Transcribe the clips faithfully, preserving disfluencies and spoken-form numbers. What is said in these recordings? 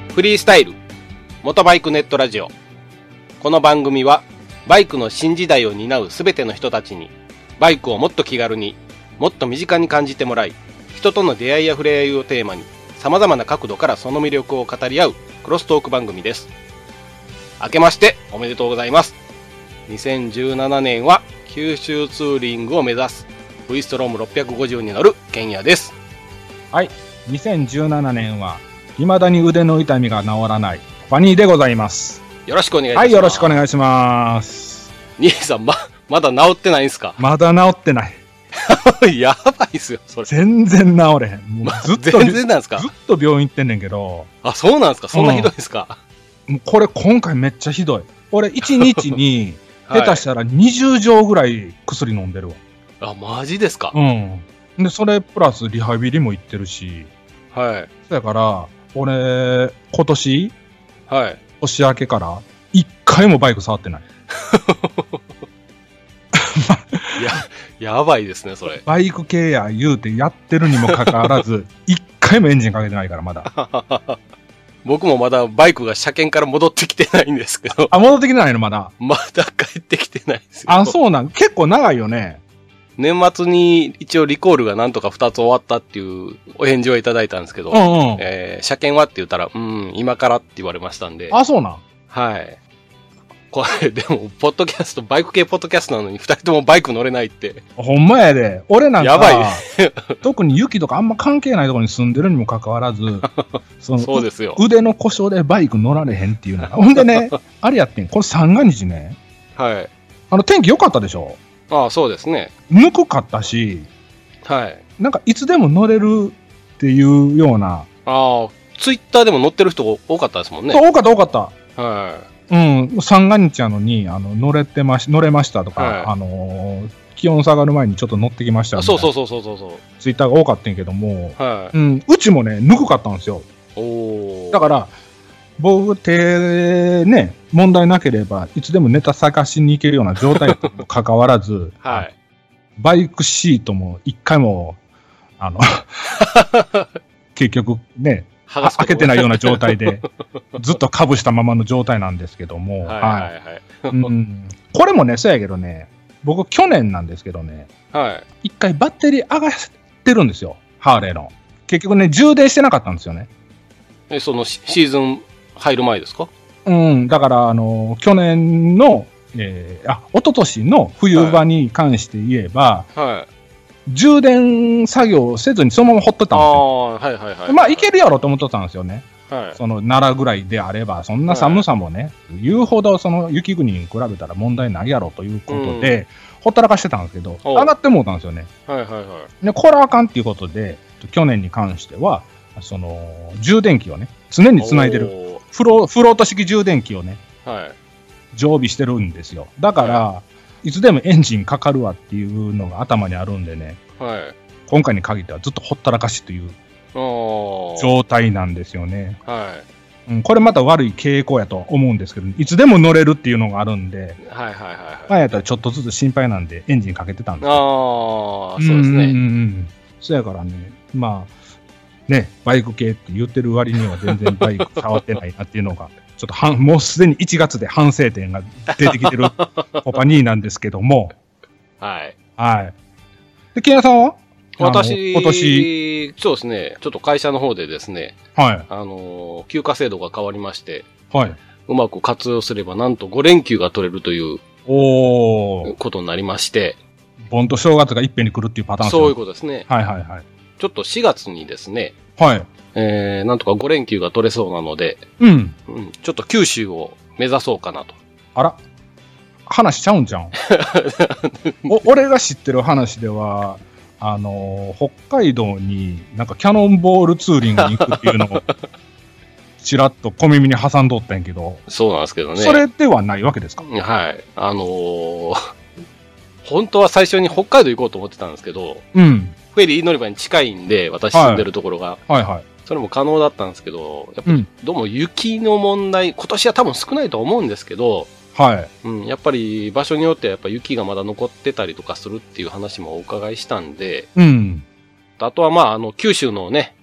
フリースタイル元バイクネットラジオ。この番組はバイクの新時代を担うすべての人たちにバイクをもっと気軽にもっと身近に感じてもらい、人との出会いや触れ合いをテーマに様々な角度からその魅力を語り合うクロストーク番組です。明けましておめでとうございます。にせんじゅうななねんは九州ツーリングを目指すウイストロームろっぴゃくごじゅうに乗るケンヤです。 はい、にせんじゅうななねんは未だに腕の痛みが治らないファニーでございます。 よろしくお願いします。 はい、よろしくお願いします。 兄さん、ま、まだ治ってないんですか？ まだ治ってない。 やばいっすよ、それ。 全然治れへん。もうずっと、 全然なんですか？ ずっと病院行ってんねんけど。 あ、そうなんですか？そんなひどいですか？ うん、もうこれ今回めっちゃひどい。俺いちにちに下手したらにじゅうじょうぐらい薬飲んでるわ。 あ、マジですか？ うん。で、それプラスリハビリも行ってるし。 はい。 そやから、俺、今年、 はい。 年明けから一回もバイク触ってない。 や、やばいですね、それ。 バイク系や言うてやってるにもかかわらず、一回もエンジンかけてないから、まだ。 僕もまだバイクが車検から戻ってきてないんですけど。 あ、戻ってきてないの、まだ。 まだ帰ってきてないですよ。 あ、そうなん。結構長いよね。 年末に一応リコールがなんとかふたつ終わったっていうお返事をいただいたんですけど、 うんうん。 えー、車検はって言ったら、うん、今からって言われましたんで。 あ、そうなん。 はい。これ、でも、ポッドキャスト、バイク系ポッドキャストなのに二人ともバイク乗れないって。 ほんまやで。俺なんか、 やばい。 特に雪とかあんま関係ないところに住んでるにもかかわらず、そのそうですよ。 腕の故障でバイク乗られへんっていうのが。ほんでね、あれやってん、これ三が日ね。 はい。 あの、天気良かったでしょ？ ああ、そうですね。 ぬくかったし、 はい。 なんかいつでも乗れるっていうような。 ああ、ツイッターでも乗ってる人多かったですもんね。 多かった多かった。 はい。 うん、三が日やのに、あの、乗れてまし、乗れましたとか、はい、あのー、気温下がる前にちょっと乗ってきましたみたいな。 そうそうそうそうそう。 ツイッターが多かったんけども、 はい。 うん、うちもね、ぬくかったんですよ。 おだから、僕、手、ね、問題なければ、いつでもネタ探しに行けるような状態にもかかわらず、 はい。 バイクシートも一回も、あの、結局ね、開けてないような状態で、ずっとかぶしたままの状態なんですけども、 はいはいはい。 うん、これもね、そうやけどね、僕去年なんですけどね、 はい。 一回バッテリー上がってるんですよ、ハーレーの。結局ね、充電してなかったんですよね。 え、そのシーズン入る前ですか？ うん、だから、あの、去年の、えー、あ、一昨年の冬場に関して言えば、 はい。はい、 充電作業せずにそのままほっとったんですよ。ああ、はいはいはい。まあ、いけるやろと思っとったんですよね。はい。その、奈良ぐらいであれば、そんな寒さもね、はい、言うほどその雪国に比べたら問題ないやろということで、うん、ほったらかしてたんですけど、上がってもうたんですよね。はいはいはい。で、これはあかんっていうことで、去年に関しては、その、充電器をね、常に繋いでる。フロ、フロート式充電器をね、はい。常備してるんですよ。だから、はい、いつでもエンジンかかるわっていうのが頭にあるんでね、はい。今回に限ってはずっとほったらかしという状態なんですよね。はい。うん、これまた悪い傾向やと思うんですけど、いつでも乗れるっていうのがあるんで、はいはいはい、はい。前やったらちょっとずつ心配なんでエンジンかけてたんですよ。ああ、そうですね。うんうんうん。そやからね、まあ、ね、バイク系って言ってる割には全然バイク触ってないなっていうのが、ちょっとはん、もうすでにいちがつで反省点が出てきてるポパニーなんですけども。はい。はい。で、ケンヤさんは私、今年、そうですね、ちょっと会社の方でですね、はい。あの、休暇制度が変わりまして、はい。うまく活用すれば、なんとごれんきゅうが取れるという、おことになりまして。 盆と正月がいっぺんに来るっていうパターンですね。 そういうことですね。 はいはいはい。 ちょっとしがつにですね、 はい。 えー、なんとかごれんきゅうが取れそうなので、 うん。 うん、ちょっと九州を目指そうかなと。 あら、話しちゃうんじゃん。お俺が知ってる話では、あのー、北海道になんかキャノンボールツーリングに行くっていうのを、ちらっと小耳に挟んどったんやけど。 そうなんですけどね。 それではないわけですか？ はい。あのー、本当は最初に北海道行こうと思ってたんですけど、うん。フェリー乗り場に近いんで、私住んでるところが。はいはい、はい。それも可能だったんですけど、やっぱりどうも雪の問題、今年は多分少ないと思うんですけど、はい。うん、やっぱり場所によってはやっぱ雪がまだ残ってたりとかするっていう話もお伺いしたんで、うん。あとはまあ、あの、九州のね、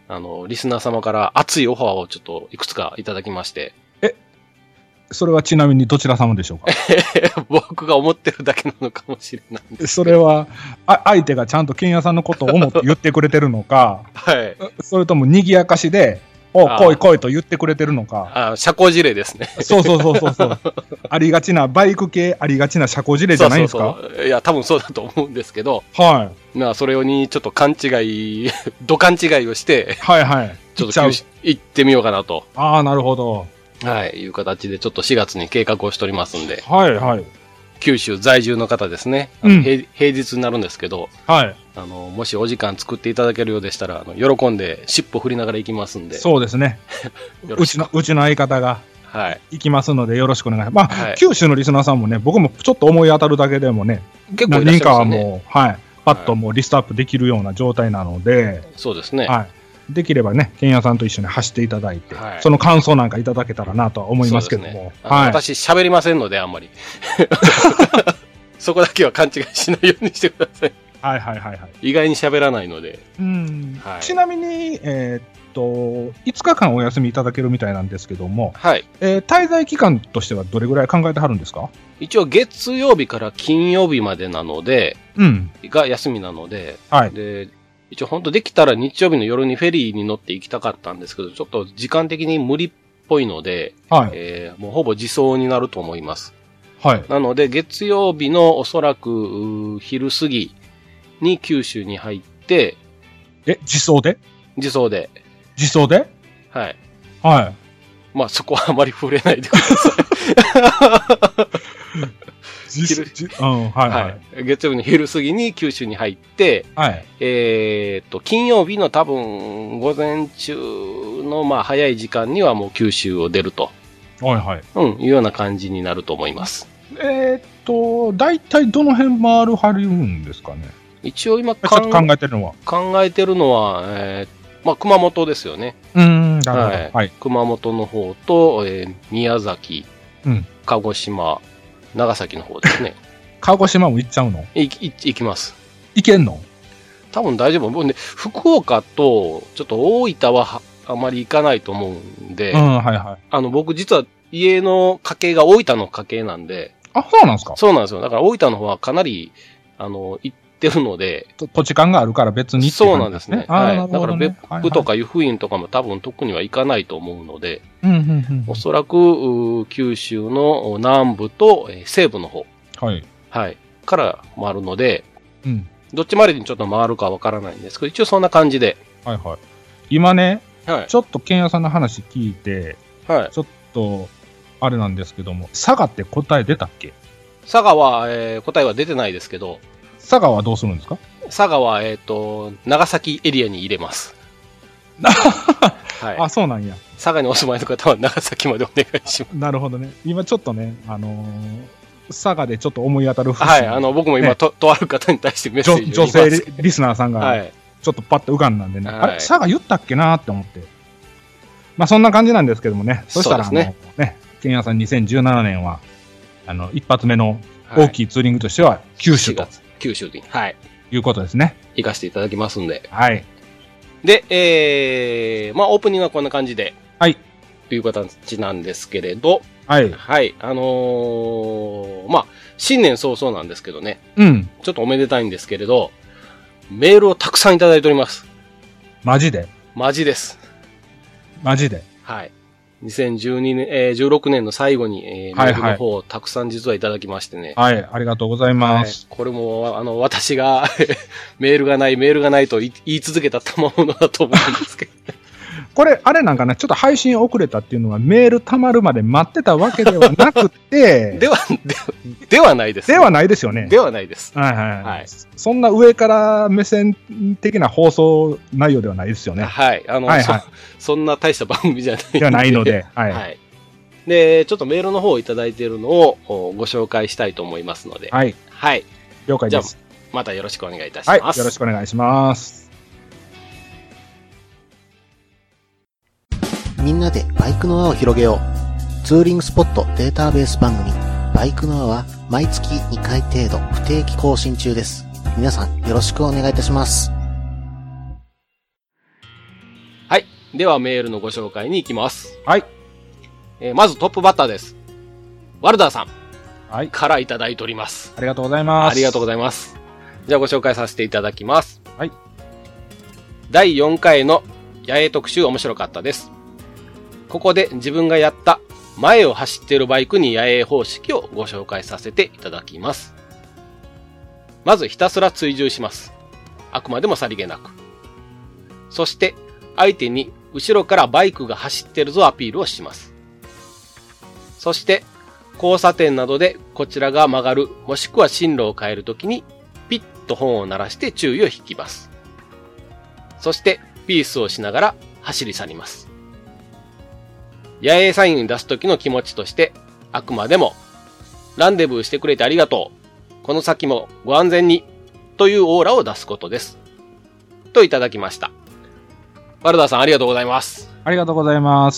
あの、リスナー様から熱いオファーをちょっといくつかいただきまして。 え、それはちなみにどちら様でしょうか？ 僕が思ってるだけなのかもしれないんですけど。 それは、あ、相手がちゃんと剣屋さんのことを思って言ってくれてるのか、はい。それとも賑やかしで、お、来い来いと言ってくれてるのか。 あ、社交辞令ですね。 そうそうそうそうそう。ありがちな、バイク系ありがちな社交辞令じゃないですか？ そうそうそう。いや、多分そうだと思うんですけど。 はい。 まあ、それにちょっと勘違い、度勘違いをして、 はいはい。 ちょっと行ってみようかなと。 ああ、なるほど。 はい、いう形でちょっとしがつに計画をしておりますんで。 はいはい。 九州在住の方ですね。うん、平, 平日になるんですけど、 はい。 あの、もしお時間作っていただけるようでしたら、あの喜んで尻尾振りながら行きますんで。 そうですね。うちの、うちの相方が、はい。行きますのでよろしくお願いします。まあ、はい、九州のリスナーさんもね、僕もちょっと思い当たるだけでもね、 結構いらっしゃいますね。何人かはもう、はい。パッともうリストアップできるような状態なので、はい、 そうですね。 はい。できればね、剣屋さんと一緒に走っていただいて、はい、その感想なんかいただけたらなとは思いますけども。ね、 はい、私喋りませんので、あんまり。そこだけは勘違いしないようにしてください。 はいはいはいはい。 意外に喋らないので。 うん。はい、ちなみに、えー、っと、いつかかんお休みいただけるみたいなんですけども、 はい。 えー、滞在期間としてはどれぐらい考えてはるんですか？ 一応月曜日から金曜日までなので、うん。が休みなので、はい。で、一応本当できたら日曜日の夜にフェリーに乗って行きたかったんですけど、ちょっと時間的に無理っぽいので、はい。えー、もうほぼ自走になると思います。はい。なので、月曜日のおそらく昼過ぎに九州に入って、 え、自走で自走で。 自走ではい。 はい。 まあそこはあまり触れないでください。 昼、うん、はい、はい、はい。 月曜日の昼過ぎに九州に入って、はい。えっと、金曜日の多分、午前中の、まあ、早い時間にはもう九州を出ると。 はい、はい。 うん、いうような感じになると思います。 えー、っと、大体どの辺回るはるんですかね？ 一応今ちょっと考えてるのは考えてるのは、えー、まあ、熊本ですよね。 うん、なるほど。はい。はい、 熊本の方と、えー、宮崎、 うん、 鹿児島、長崎の方ですね。 鹿児島も行っちゃうの？ い、い、行きます。 行けんの？ 多分大丈夫。僕ね、福岡と、ちょっと大分はあまり行かないと思うんで、 うん、はいはい。 あの、僕実は家の家系が大分の家系なんで、 あ、そうなんですか？ そうなんですよ。だから大分の方はかなり、あの、行ってるので、 土地勘があるから別にってそうなんですね。はい。 ね、 だから別府とか湯布院とかも多分特には行かないと思うので、 うんうんうん、 おそらく九州の南部と西部の方、 はい。 はい。から回るので、 うん。 どっちまでにちょっと回るかわからないんですけど、一応そんな感じで。 はいはい。今ね、 はい、 ちょっと剣屋さんの話聞いて、 はい。 ちょっと、あれなんですけども、佐賀って答え出たっけ？ 佐賀は、えー、答えは出てないですけど、 佐賀はどうするんですか？ 佐賀は、えっ、ー、と、長崎エリアに入れます。 はい。あ、そうなんや。 佐賀にお住まいの方は長崎までお願いします。 なるほどね。今ちょっとね、あのー、佐賀でちょっと思い当たる節、はい、あの、僕も今、ね、と、とある方に対してメッセージを女性リ、リスナーさんが、ちょっとパッと浮かんだんでね、はい、あれ、佐賀言ったっけなーって思って。まあ、そんな感じなんですけどもね。そしたら、あの、ね、剣屋さんにせんじゅうななねんは、あの、一発目の大きいツーリングとしては、九州と。 九州に。はい。 いうことですね。 行かせていただきますんで。 はい。 で、えー、まあ、オープニングはこんな感じで。 はい。 という形なんですけれど。 はい。 はい。あのー、まあ、新年早々なんですけどね。 うん。 ちょっとおめでたいんですけれど、メールをたくさんいただいております。 マジで？ マジです。 マジで？ はい。にせんじゅうにねん、えー、じゅうろくねんの最後に、えー、メールの方をたくさん実はいただきましてね。 はい、ありがとうございます。 はい、これも、あの、私がメールがない、メールがないと言い続けた賜物だと思うんですけど。 これ、あれなんかな、ちょっと配信遅れたっていうのはメール溜まるまで待ってたわけではなくて。 では、で、ではないです、 ね。ではないですよね。 ではないです。 はいはい。はい、そんな上から目線的な放送内容ではないですよね。 はい。あの、はいはい、そ、そんな大した番組じゃないので。 ではないので。はい。はい。 で、ちょっとメールの方をいただいているのをご紹介したいと思いますので。 はい。 はい。 了解です。 じゃあ、またよろしくお願いいたします。 はい。よろしくお願いします。 みんなでバイクの輪を広げよう。ツーリングスポットデータベース番組バイクの輪は毎月にかい程度不定期更新中です。皆さんよろしくお願いいたします。 ではメールのご紹介に行きます。 はい。 えー、まずトップバッターです。ワルダーさん。 はい。 からいただいております。 ありがとうございます。 ありがとうございます。じゃあご紹介させていただきます。 はい。 だいよんかいの野営特集面白かったです。ここで自分がやった前を走っているバイクに野営方式をご紹介させていただきます。まずひたすら追従します。あくまでもさりげなく。そして相手に後ろからバイクが走ってるぞアピールをします。そして交差点などでこちらが曲がるもしくは進路を変えるときにピッと本を鳴らして注意を引きます。そしてピースをしながら走り去ります。野営サインに出すときの気持ちとしてあくまでもランデブーしてくれてありがとう。この先もご安全にというオーラを出すことです。といただきました。ワルダーさんありがとうございます。 ありがとうございます。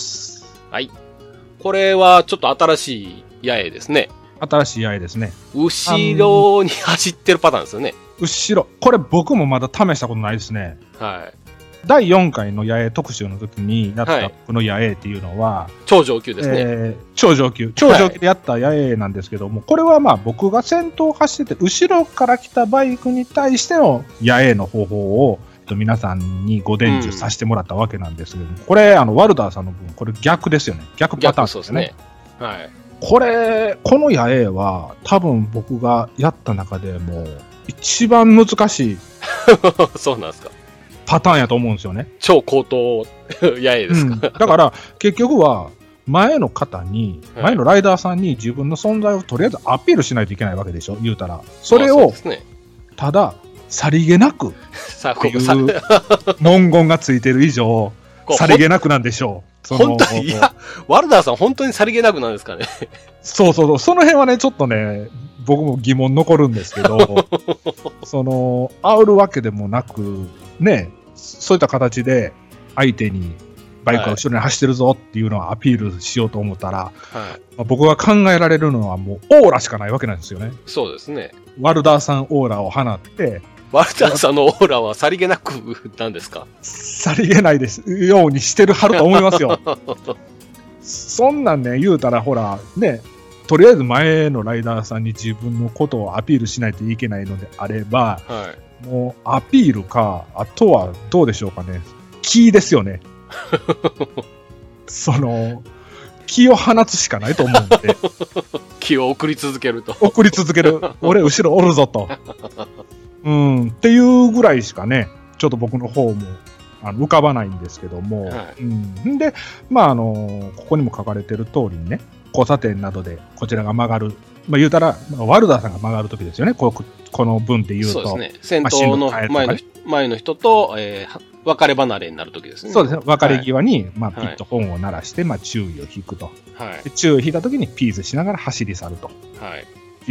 はい。これはちょっと新しい野営ですね。 新しい野営ですね。 後ろに走ってるパターンですよね。 後ろ。これ僕もまだ試したことないですね。 はい。 だいよんかいの野営特集の時にやったこの野営っていうのは、はい、 超上級ですね、 えー、超上級超上級でやった野営なんですけども、はい、これはまあ僕が先頭を走ってて後ろから来たバイクに対しての野営の方法を皆さんにご伝授させてもらったわけなんですけども、うん、これあのワルダーさんの分これ逆ですよね。逆パターンですね。 そうですね。はい。 これこの野営は多分僕がやった中でも一番難しいそうなんですか。 パターンやと思うんですよね。 超高等野営ですか、うん、 だから結局は前の方に、はい、前のライダーさんに自分の存在をとりあえずアピールしないといけないわけでしょ、言うたら。それをたださりげなくっていう文言がついてる以上さりげなくなんでしょう。 本当にいやワルダーさん本当にさりげなくなんですかね。 そうそうそう、その辺はねちょっとね僕も疑問残るんですけどその煽るわけでもなくね、そういった形で相手にバイクが後ろに走ってるぞっていうのをアピールしようと思ったら、はいまあ、僕が考えられるのはもうオーラしかないわけなんですよね。 そうですね。 ワルダーさんオーラを放ってワルダーさんのオーラはさりげなくなんですか？ さりげないですようにしてるはると思いますよ。そんなんね言うたらほらね、とりあえず前のライダーさんに自分のことをアピールしないといけないのであれば、はい、もうアピールか、あとはどうでしょうかね、気ですよね。その気を放つしかないと思うんで気を送り続けると送り続ける俺後ろおるぞとうんっていうぐらいしかねちょっと僕の方もあの浮かばないんですけども、はい、うん、でまああのここにも書かれてる通りにね、交差点などでこちらが曲がる、まあ、言うたら、まあ、ワルダーさんが曲がるときですよね。こ, この文で言うとそうですね、先頭の前の、前の人と、えー、別れ離れになるときですね。 そうですね、別れ際に、はい、まあ、ピッと本を鳴らして、まあ、注意を引くと、はい、で注意を引いたときにピースしながら走り去ると、はい、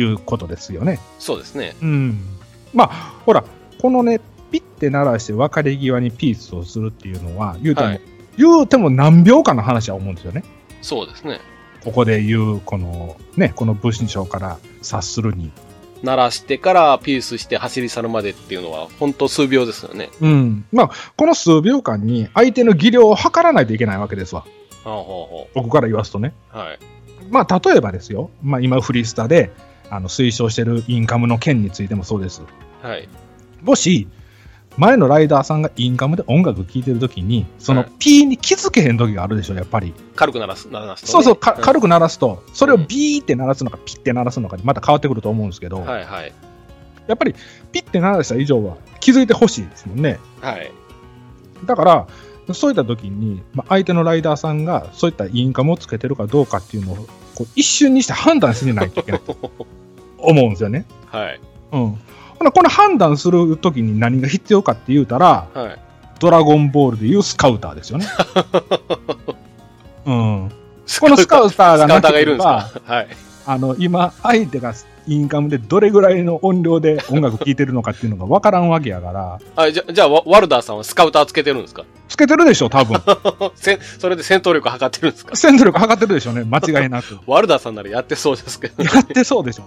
いうことですよね。 そうですね、 うん、まあほらこのねピッて鳴らして別れ際にピースをするっていうのは言うても、はい、言うても何秒間の話は思うんですよね。 そうですね。 ここで言うこのねこの文章から察するに鳴らしてからピースして走り去るまでっていうのは本当数秒ですよね。 うん。まあこの数秒間に相手の技量を測らないといけないわけですわ。 はあはあはあ、 僕から言わすとね。 はい。 まあ例えばですよ。まあ今フリースタであの推奨してるインカムの件についてもそうです。はい。もし前のライダーさんがインカムで音楽聴いてるときにその P に気づけへん時があるでしょ、やっぱり。 軽く鳴らす、鳴らすと、ね。 そうそう、かうん、軽く鳴らすと、それをビーって鳴らすのか、ピッて鳴らすのかでまた変わってくると思うんですけど、 はいはい、 やっぱりピッて鳴らした以上は気づいてほしいですもんね。 はい。 だから、そういった時に、まあ、相手のライダーさんがそういったインカムをつけてるかどうかっていうのをこう一瞬にして判断しないといけないと思うんですよね。はい。うん。この判断するときに何が必要かって言うたら、はい、ドラゴンボールでいうスカウターですよね。うん、このスカウターがなければ、はい、あの今相手がインカムでどれぐらいの音量で音楽聴いてるのかっていうのが分からんわけやから。 あ、じゃ、じゃあワルダーさんはスカウターつけてるんですか？ つけてるでしょ多分。 それで戦闘力測ってるんですか？ 戦闘力測ってるでしょうね、間違いなく。 ワルダーさんならやってそうですけど、ね、 やってそうでしょ。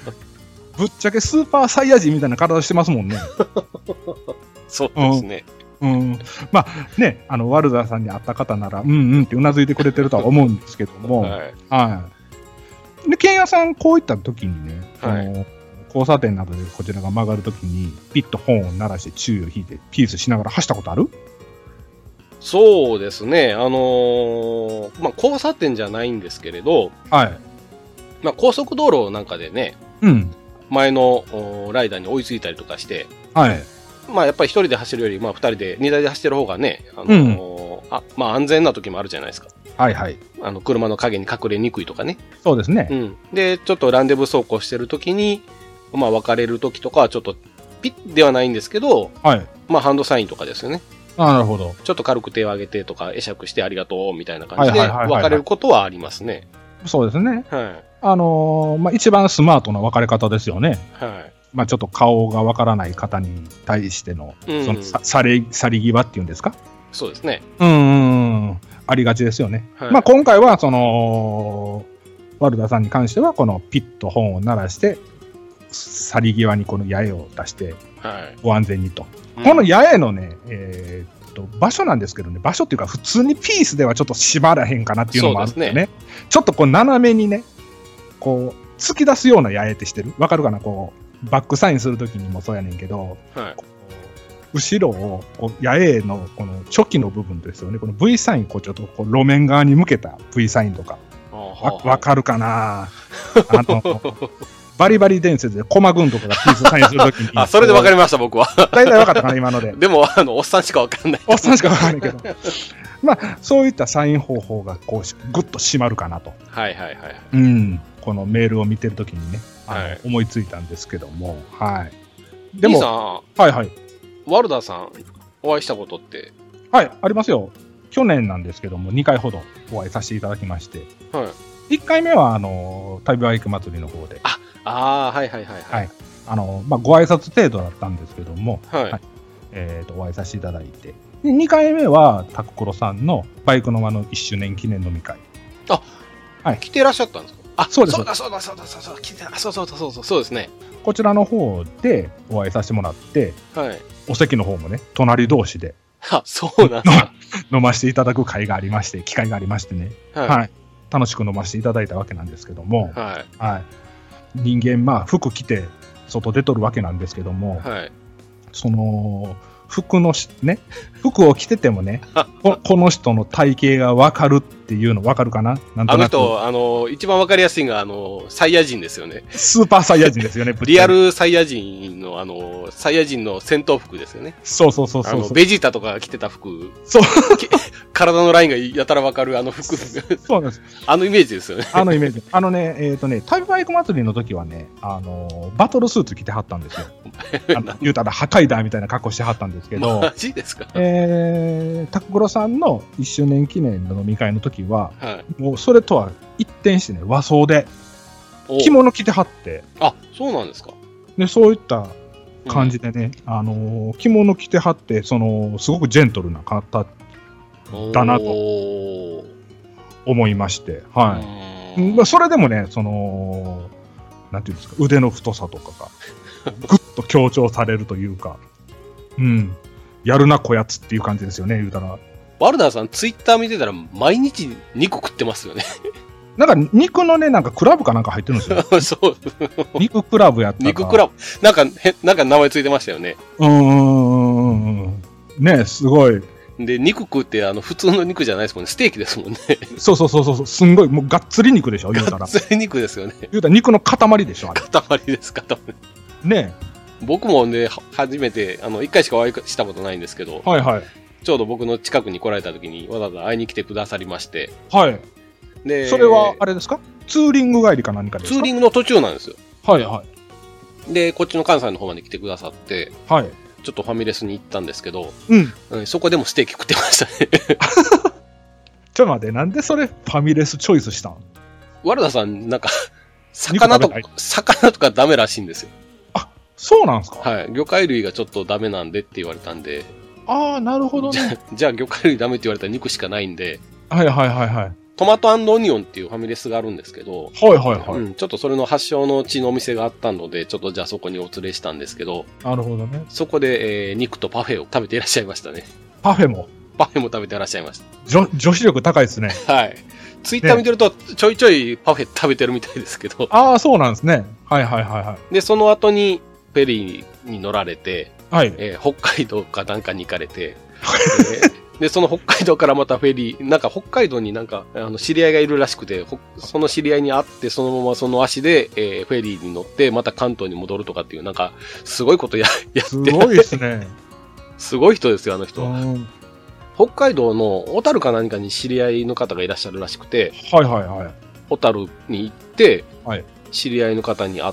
ぶっちゃけスーパーサイヤ人みたいな体してますもんね。 そうですね、 うん。まあね、あの、ワルダーさんに会った方なら、うんうんってうなずいてくれてるとは思うんですけども、はい。はい。で、剣屋さん、こういった時にね、はい、あの交差点などでこちらが曲がる時に、ピッと本を鳴らして注意を引いて、ピースしながら走ったことある？ そうですね。あのー、まあ、交差点じゃないんですけれど、はい。まあ、高速道路なんかでね、うん。前のライダーに追いついたりとかして、はい。まあやっぱり一人で走るより、まあ二人で、二台で走ってる方がね、あのーうん、あ、まあ安全な時もあるじゃないですか。はいはい。あの、車の影に隠れにくいとかね。 そうですね。 うん。で、ちょっとランデブー走行してる時に、まあ別れる時とかはちょっと、ピッではないんですけど、はい。まあハンドサインとかですよね。 あ、なるほど。 ちょっと軽く手を挙げてとか、会釈してありがとうみたいな感じで、別れることはありますね。 そうですね。はい。あのー、まあ一番スマートな別れ方ですよね。はい。まあちょっと顔がわからない方に対しての、うん、そのさ、さり、去り際っていうんですか？ そうですね。 うん、ありがちですよね。はい、まあ今回は、その、ワルダーさんに関しては、このピッと本を鳴らして、去り際にこの八重を出して、はい、ご安全にと。うん、この八重のね、えー、っと、場所なんですけどね、場所っていうか普通にピースではちょっと縛らへんかなっていうのもあるんですね。ちょっとこう斜めにね、こう、突き出すような八重ってしてる？わかるかな？こう、バックサインするときにもそうやねんけど、はい、後ろをこう八重のこのチョキの部分ですよね。この V サイン、こうちょっとこう路面側に向けた V サインとか、わ, わかるかな？あのバリバリ伝説でコマ軍とかがピースサインするときに。 あ、それでわかりました、僕は。 大体わかったかな、今ので。 でも、あの、おっさんしかわかんない。 おっさんしかわかんないけど。まあ、そういったサイン方法がこう、ぐっと締まるかなと。 はいはいはい。 うん。このメールを見てるときにね、あの、はい、思いついたんですけども、はい。 でも、さん、 はいはい。 ワルダーさん、お会いしたことって？ はい、ありますよ。去年なんですけども、にかいほどお会いさせていただきまして、はい。いっかいめは、あの、旅バイク祭りの方で。 あ、あー、はいはいはい、はい。はい。 あの、まあ、ご挨拶程度だったんですけども、はい。はい、えっ、ー、と、お会いさせていただいて。で、にかいめは、タククロさんのバイクの輪のいっしゅうねん記念飲み会。 あ、はい。来てらっしゃったんですか？あ、そうです。そうだそうだそうだそうだ、来て、あ、そうそうそうそう、そうですね。 こちらの方でお会いさせてもらって、はい。お席の方もね、隣同士で。 あ、そうなんだ。 飲ませていただく会がありまして、機会がありましてね。はい。はい、楽しく飲ませていただいたわけなんですけども、はい。はい。人間、まあ、服着て、外出とるわけなんですけども、はい。その、服のし、ね、服を着ててもね、こ, この人の体型がわかるっていうのわかるかな？なんとなく。 あの人、あの、一番わかりやすいのが、あの、サイヤ人ですよね。 スーパーサイヤ人ですよね。 リアルサイヤ人の、あの、サイヤ人の戦闘服ですよね。 そうそうそうそう。 あの、ベジータとかが着てた服。 そう。 体のラインがやたらわかるあの服。 そうなんです。 あのイメージですよね。 あのイメージ。あのね、えっ、ー、とね、旅バイク祭りの時はね、あの、バトルスーツ着てはったんですよ。あの言うたら、破壊だみたいな格好してはったんですけど。 マジですか？ えー、タククロさんのいっしゅうねん記念の飲み会の時は、はい、もうそれとは一転してね、和装で、着物着てはって。 あ、そうなんですか。 で、そういった感じでね、うん、あの、着物着てはって、その、すごくジェントルな方だなと思いまして、はい。まあ、それでもね、その、なんていうんですか、腕の太さとかが、ぐっと強調されるというか、うん。やるなこやつっていう感じですよね、言うたら。 ワルダーさん、ツイッター見てたら、毎日肉食ってますよね。 なんか、肉のね、なんかクラブかなんか入ってるんですよ。 そう。 肉クラブやったか。 肉クラブ。なんか、へ、なんか名前ついてましたよね。 うーん。ね、すごい。 で、肉食って、あの、普通の肉じゃないですもんね。ステーキですもんね。 そうそうそうそう。すんごい、もうがっつり肉でしょ、言うたら。 がっつり肉ですよね。 言うたら肉の塊でしょ、あれ。 塊です、塊。 ねえ。 僕もね、初めて、あの、一回しかお会いしたことないんですけど、 はいはい。 ちょうど僕の近くに来られた時にわざわざ会いに来てくださりまして、 はい。で、それは、あれですか？ツーリング帰りか何かですか？ ツーリングの途中なんですよ。 はいはい。 で、こっちの関西の方まで来てくださって、 はい。 ちょっとファミレスに行ったんですけど、 うんうん、そこでもステーキ食ってましたね。 ちょっと待って、なんでそれファミレスチョイスしたん？ ワルダさん、なんか、魚とか、魚とかダメらしいんですよ。 あ、そうなんですか？ はい。魚介類がちょっとダメなんでって言われたんで。 ああ、なるほどね。 じゃあ、じゃあ魚介類ダメって言われたら肉しかないんで。 はいはいはいはい。 トマト&オニオンっていうファミレスがあるんですけど、 はいはいはい。 うん、ちょっとそれの発祥の地のお店があったので、ちょっとじゃあそこにお連れしたんですけど、 なるほどね。 そこで、えー、肉とパフェを食べていらっしゃいましたね。 パフェもパフェも食べていらっしゃいました。 女、女子力高いですね。 はい。ツイッター見てると、ちょいちょいパフェ食べてるみたいですけど。 ああ、そうなんですね。はいはいはいはい。 で、その後にフェリーに乗られて、 はい。 えー、北海道かなんかに行かれて、えーで、その北海道からまたフェリー、なんか北海道になんか、あの、知り合いがいるらしくて、その知り合いに会って、そのままその足で、えー、フェリーに乗って、また関東に戻るとかっていう、なんか、すごいことや、やって。すごいですね。 すごい人ですよ、あの人。北海道の小樽か何かに知り合いの方がいらっしゃるらしくて、 はいはいはい。 小樽に行って、 はい、 知り合いの方に会って、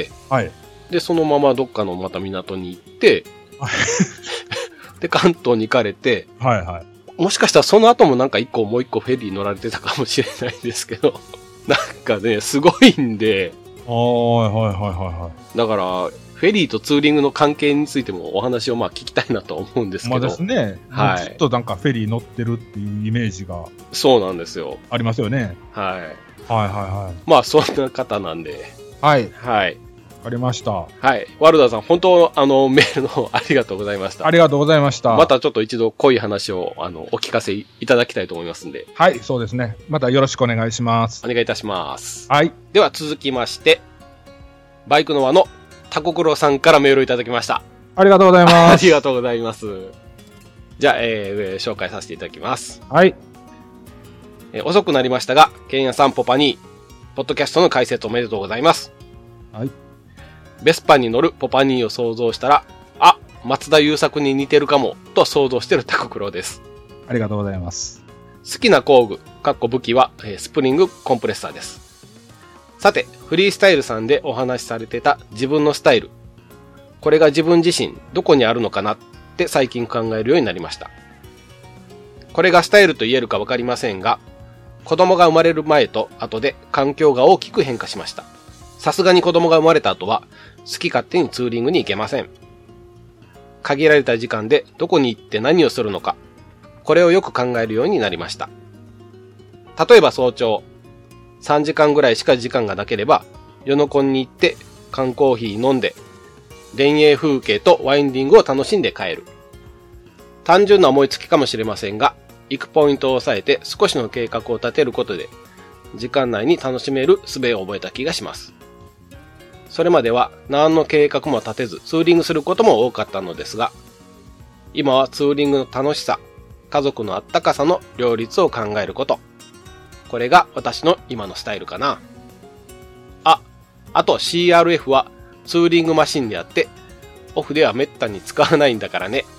はい、 で、そのままどっかのまた港に行って、で、関東に行かれて、 はいはい。 もしかしたらその後もなんか一個もう一個フェリー乗られてたかもしれないですけど、なんかね、すごいんで、 はいはいはいはいはい。 だから、フェリーとツーリングの関係についてもお話をまあ聞きたいなと思うんですけど。 まあですね。はい。ずっとなんかフェリー乗ってるっていうイメージが。 そうなんですよ。 ありますよね。 はい。 はいはいはい。 まあそんな方なんで。 はい。 はい。 わかりました。 はい。ワルダーさん、本当、あの、メールの方ありがとうございました。 ありがとうございました。 またちょっと一度濃い話を、あの、お聞かせいただきたいと思いますんで。 はい、そうですね。またよろしくお願いします。 お願いいたします。 はい。 では続きまして、バイクの輪のタコクロさんからメールをいただきました。 ありがとうございます。 ありがとうございます。じゃあ、えー、紹介させていただきます。 はい。 えー、遅くなりましたが、ケンヤさんポパニー、ポッドキャストの解説おめでとうございます。 はい。 ベスパに乗るポパニーを想像したら、あ、松田優作に似てるかも、と想像してるタコクロです。 ありがとうございます。 好きな工具、かっこ武器は、えー、スプリングコンプレッサーです。さて、フリースタイルさんでお話しされてた自分のスタイル。これが自分自身、どこにあるのかなって最近考えるようになりました。これがスタイルと言えるかわかりませんが、子供が生まれる前と後で環境が大きく変化しました。さすがに子供が生まれた後は、好き勝手にツーリングに行けません。限られた時間でどこに行って何をするのか、これをよく考えるようになりました。例えば早朝、さんじかんぐらいしか時間がなければ、ヨノコンに行って缶コーヒー飲んで、田園風景とワインディングを楽しんで帰る。単純な思いつきかもしれませんが、行くポイントを押さえて少しの計画を立てることで、時間内に楽しめる術を覚えた気がします。それまでは何の計画も立てずツーリングすることも多かったのですが、今はツーリングの楽しさ、家族のあったかさの両立を考えること。これが私の今のスタイルかな。あ、あと シーアールエフ はツーリングマシンであって、オフではめったに使わないんだからね。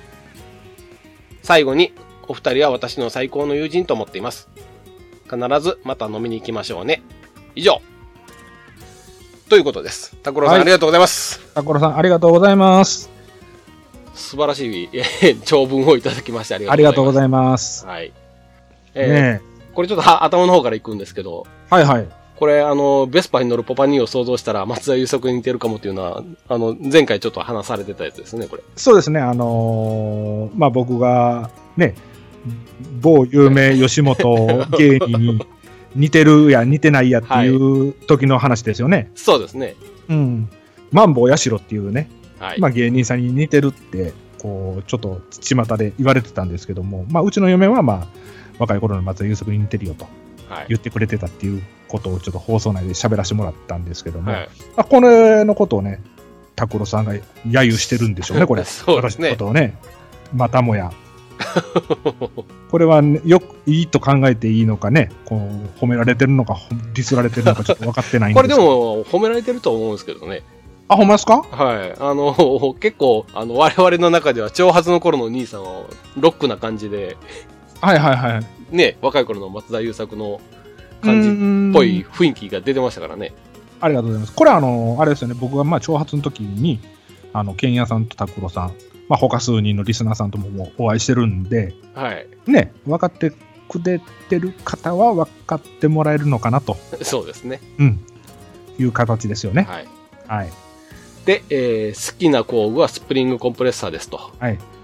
最後に、お二人は私の最高の友人と思っています。必ずまた飲みに行きましょうね。以上。ということです。タコロさん、はい、ありがとうございます。 タコロさんありがとうございます。 素晴らしい長文をいただきましてありがとうございます。 ありがとうございます。はい。 えー、ねえ。これちょっと頭の方からいくんですけど。 はいはい。 これあの、ベスパに乗るポパニーを想像したら松田優作に似てるかもっていうのは、あの、前回ちょっと話されてたやつですね、これ。 そうですね。あのー、まあ、僕がね、某有名吉本芸人に似てるや似てないやっていう時の話ですよね。はい、 そうですね。 うん。マンボウヤシロっていうね、 はい、 まあ芸人さんに似てるって、こう、ちょっと巷で言われてたんですけども、まあうちの嫁はまあ、若い頃の松田優作に似てるよと言ってくれてたっていうことをちょっと放送内で喋らせてもらったんですけども、はい、まあ、これのことをね、拓郎さんが揶揄してるんでしょうね、これ。 そうですね。 私のことをね、またもや。これは、ね、よくいいと考えていいのかね、こう褒められてるのかディスられてるのかちょっと分かってないんですけど。 これでも褒められてると思うんですけどね。 あ、ほんまですか？ はい。あの、結構、あの、我々の中では長髪の頃の兄さんはロックな感じで、 はいはいはい。 ね、若い頃の松田優作の感じっぽい雰囲気が出てましたからね。 ありがとうございます。これはあの、あれですよね、僕がまあ長髪の時に、あの、ケンヤさんと拓郎さん、まあ他数人のリスナーさんとももお会いしてるんで、 はい。 ね、分かってくれてる方は分かってもらえるのかなと。 そうですね。 うん。いう形ですよね。 はい。 はい。 で、えー、好きな工具はスプリングコンプレッサーですと。 はい。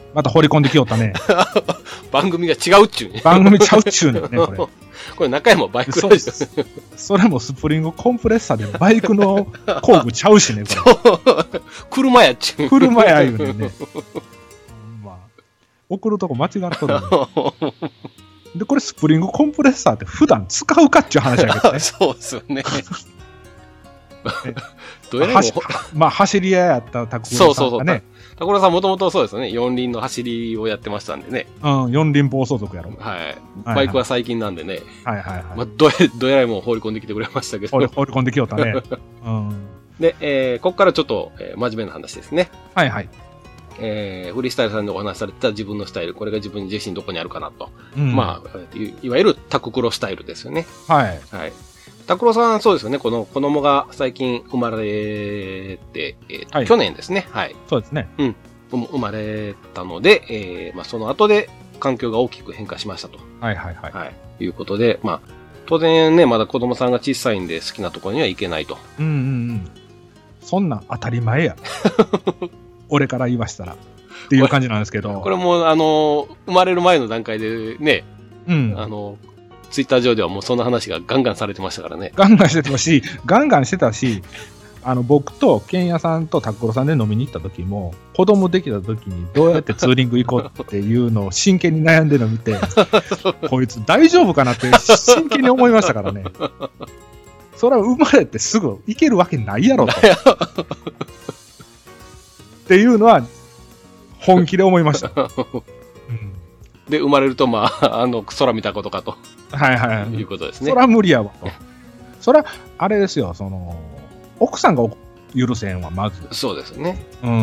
また掘り込んできよったね。 番組が違うっちゅうね。 番組ちゃうっちゅうねんね、これ。 これ中山バイクラジオ。それもスプリングコンプレッサーでバイクの工具ちゃうしね、これ。車やっちゅう。 車や言うねんね。まあ、送るとこ間違っとるね。で、これスプリングコンプレッサーって普段使うかっちゅう話やけどね。 そうですよね。 どうやらまあ、走り屋やったタクロさんがね。そうそうそう。 タクロさんもともとそうですよね。四輪の走りをやってましたんでね。 うん、四輪暴走族やろ。 はい。バイクは最近なんでね。 はいはいはい。 まあ、どえ、どえらいもん放り込んできてくれましたけど。放り込んできよったね。うん。 で、えー、ここからちょっと、えー、真面目な話ですね。 はいはい。 えー、フリースタイルさんでお話しされてた自分のスタイル、これが自分自身どこにあるかなと。うん、まあい、いわゆるタククロスタイルですよね。 はい。 はい。タクロさん、そうですよね。この子供が最近生まれて、えーはい、去年ですね。はい。 そうですね。 うん。生まれたので、えー、まあ、その後で環境が大きく変化しましたと。 はいはいはい。 はい。いうことで、まあ、当然ね、まだ子供さんが小さいんで好きなところには行けないと。 うんうんうん。そんなん当たり前や。俺から言わしたら。っていう感じなんですけど。 これも、あの、生まれる前の段階でね、うん。あの、ツイッター上ではもうそんな話がガンガンされてましたからね。 ガンガンしてたし、ガンガンしてたし、あの、僕とケンヤさんとタッコロさんで飲みに行った時も、子供できた時にどうやってツーリング行こうっていうのを真剣に悩んでるのを見て、こいつ大丈夫かなって真剣に思いましたからね。それは生まれてすぐ行けるわけないやろと。っていうのは、本気で思いました。うん、 で、生まれると、まあ、あの、空見たことかと。 はいはい。 いうことですね。 そら無理やわと。そら、あれですよ、その、奥さんが許せんは、まず。 そうですね。 うん。うん、